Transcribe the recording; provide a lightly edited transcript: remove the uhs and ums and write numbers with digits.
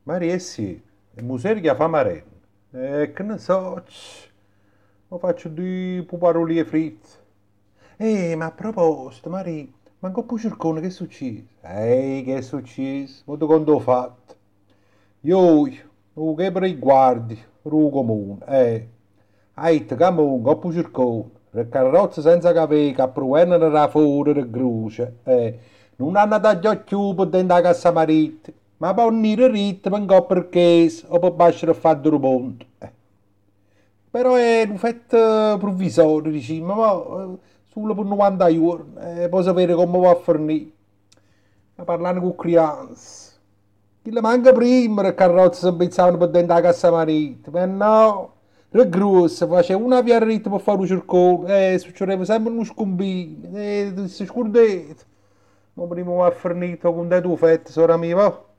Maria, sì, il museo che fa marene. Che ne so, lo faccio di puparolie fritte. Ma a proposito, Maria, manco più circone, che è successo? Che è successo? Ma tu quando ho fatto? Io, che per i guardi, ru comune, Ait, camunga, più circone, le carrozze senza capire, che approvano la fuori e gruce, non hanno tagliato più per dentro la cassa maritta, ma per unire ritmo, per un po' per chiesa, o per basciare a fare due ponti. Però è un fatto provvisorio, diciamo, ma solo per 90 euro, poi sapere come va a fornire. Ma parlando con crianze, chi le manca prima, le carrozze si pensavano per dentro la cassa maritta, ma no, le grosse, faceva una via ritmo per fare un circone, succedeva sempre uno scombino, si scordate. Ma prima va a fornire con dei tuoi fetti, sora mia, va?